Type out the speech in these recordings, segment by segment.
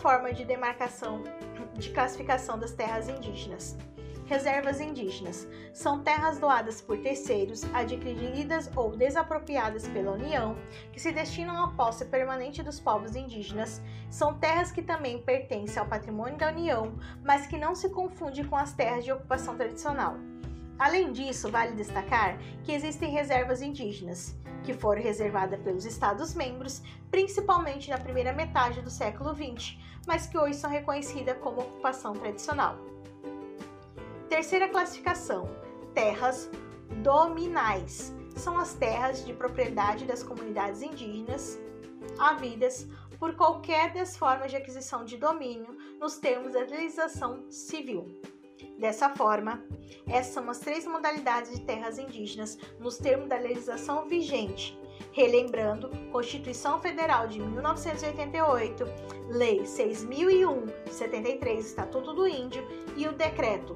forma de demarcação de classificação das terras indígenas. Reservas indígenas são terras doadas por terceiros, adquiridas ou desapropriadas pela União, que se destinam à posse permanente dos povos indígenas. São terras que também pertencem ao patrimônio da União, mas que não se confunde com as terras de ocupação tradicional. Além disso, vale destacar que existem reservas indígenas, que foram reservadas pelos Estados-membros, principalmente na primeira metade do século XX, mas que hoje são reconhecidas como ocupação tradicional. Terceira classificação: terras dominais. São as terras de propriedade das comunidades indígenas havidas por qualquer das formas de aquisição de domínio nos termos da legislação civil. Dessa forma, essas são as três modalidades de terras indígenas nos termos da legislação vigente, relembrando Constituição Federal de 1988, Lei 6.001 de 73, Estatuto do Índio e o Decreto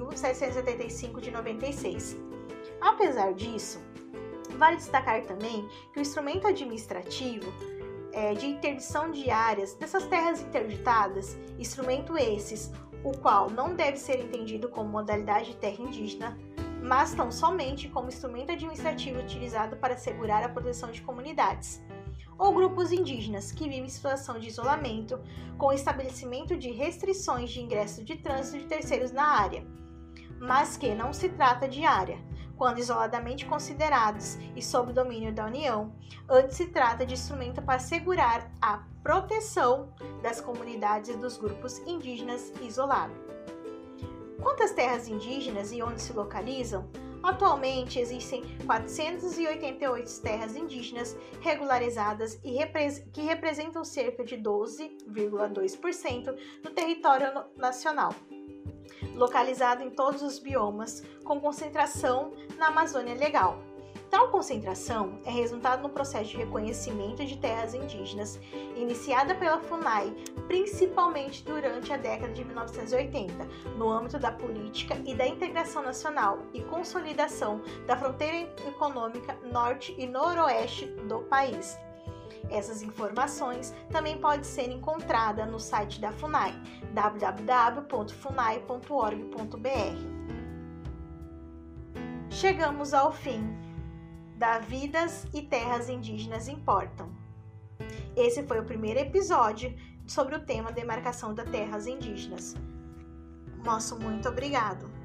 1775 de 96. Apesar disso, vale destacar também que o instrumento administrativo de interdição de áreas dessas terras interditadas, instrumento esses, o qual não deve ser entendido como modalidade de terra indígena, mas tão somente como instrumento administrativo utilizado para assegurar a proteção de comunidades ou grupos indígenas que vivem em situação de isolamento, com o estabelecimento de restrições de ingresso de trânsito de terceiros na área, mas que não se trata de área, quando isoladamente considerados e sob domínio da União, antes se trata de instrumento para assegurar a proteção das comunidades e dos grupos indígenas isolados. Quanto às terras indígenas e onde se localizam, atualmente existem 488 terras indígenas regularizadas e que representam cerca de 12,2% do território nacional, localizado em todos os biomas, com concentração na Amazônia Legal. Tal concentração é resultado no processo de reconhecimento de terras indígenas, iniciada pela FUNAI, principalmente durante a década de 1980, no âmbito da política e da integração nacional e consolidação da fronteira econômica norte e noroeste do país. Essas informações também podem ser encontradas no site da FUNAI, www.funai.org.br. Chegamos ao fim da Vidas e Terras Indígenas Importam. Esse foi o primeiro episódio sobre o tema demarcação das terras indígenas. Nosso muito obrigado!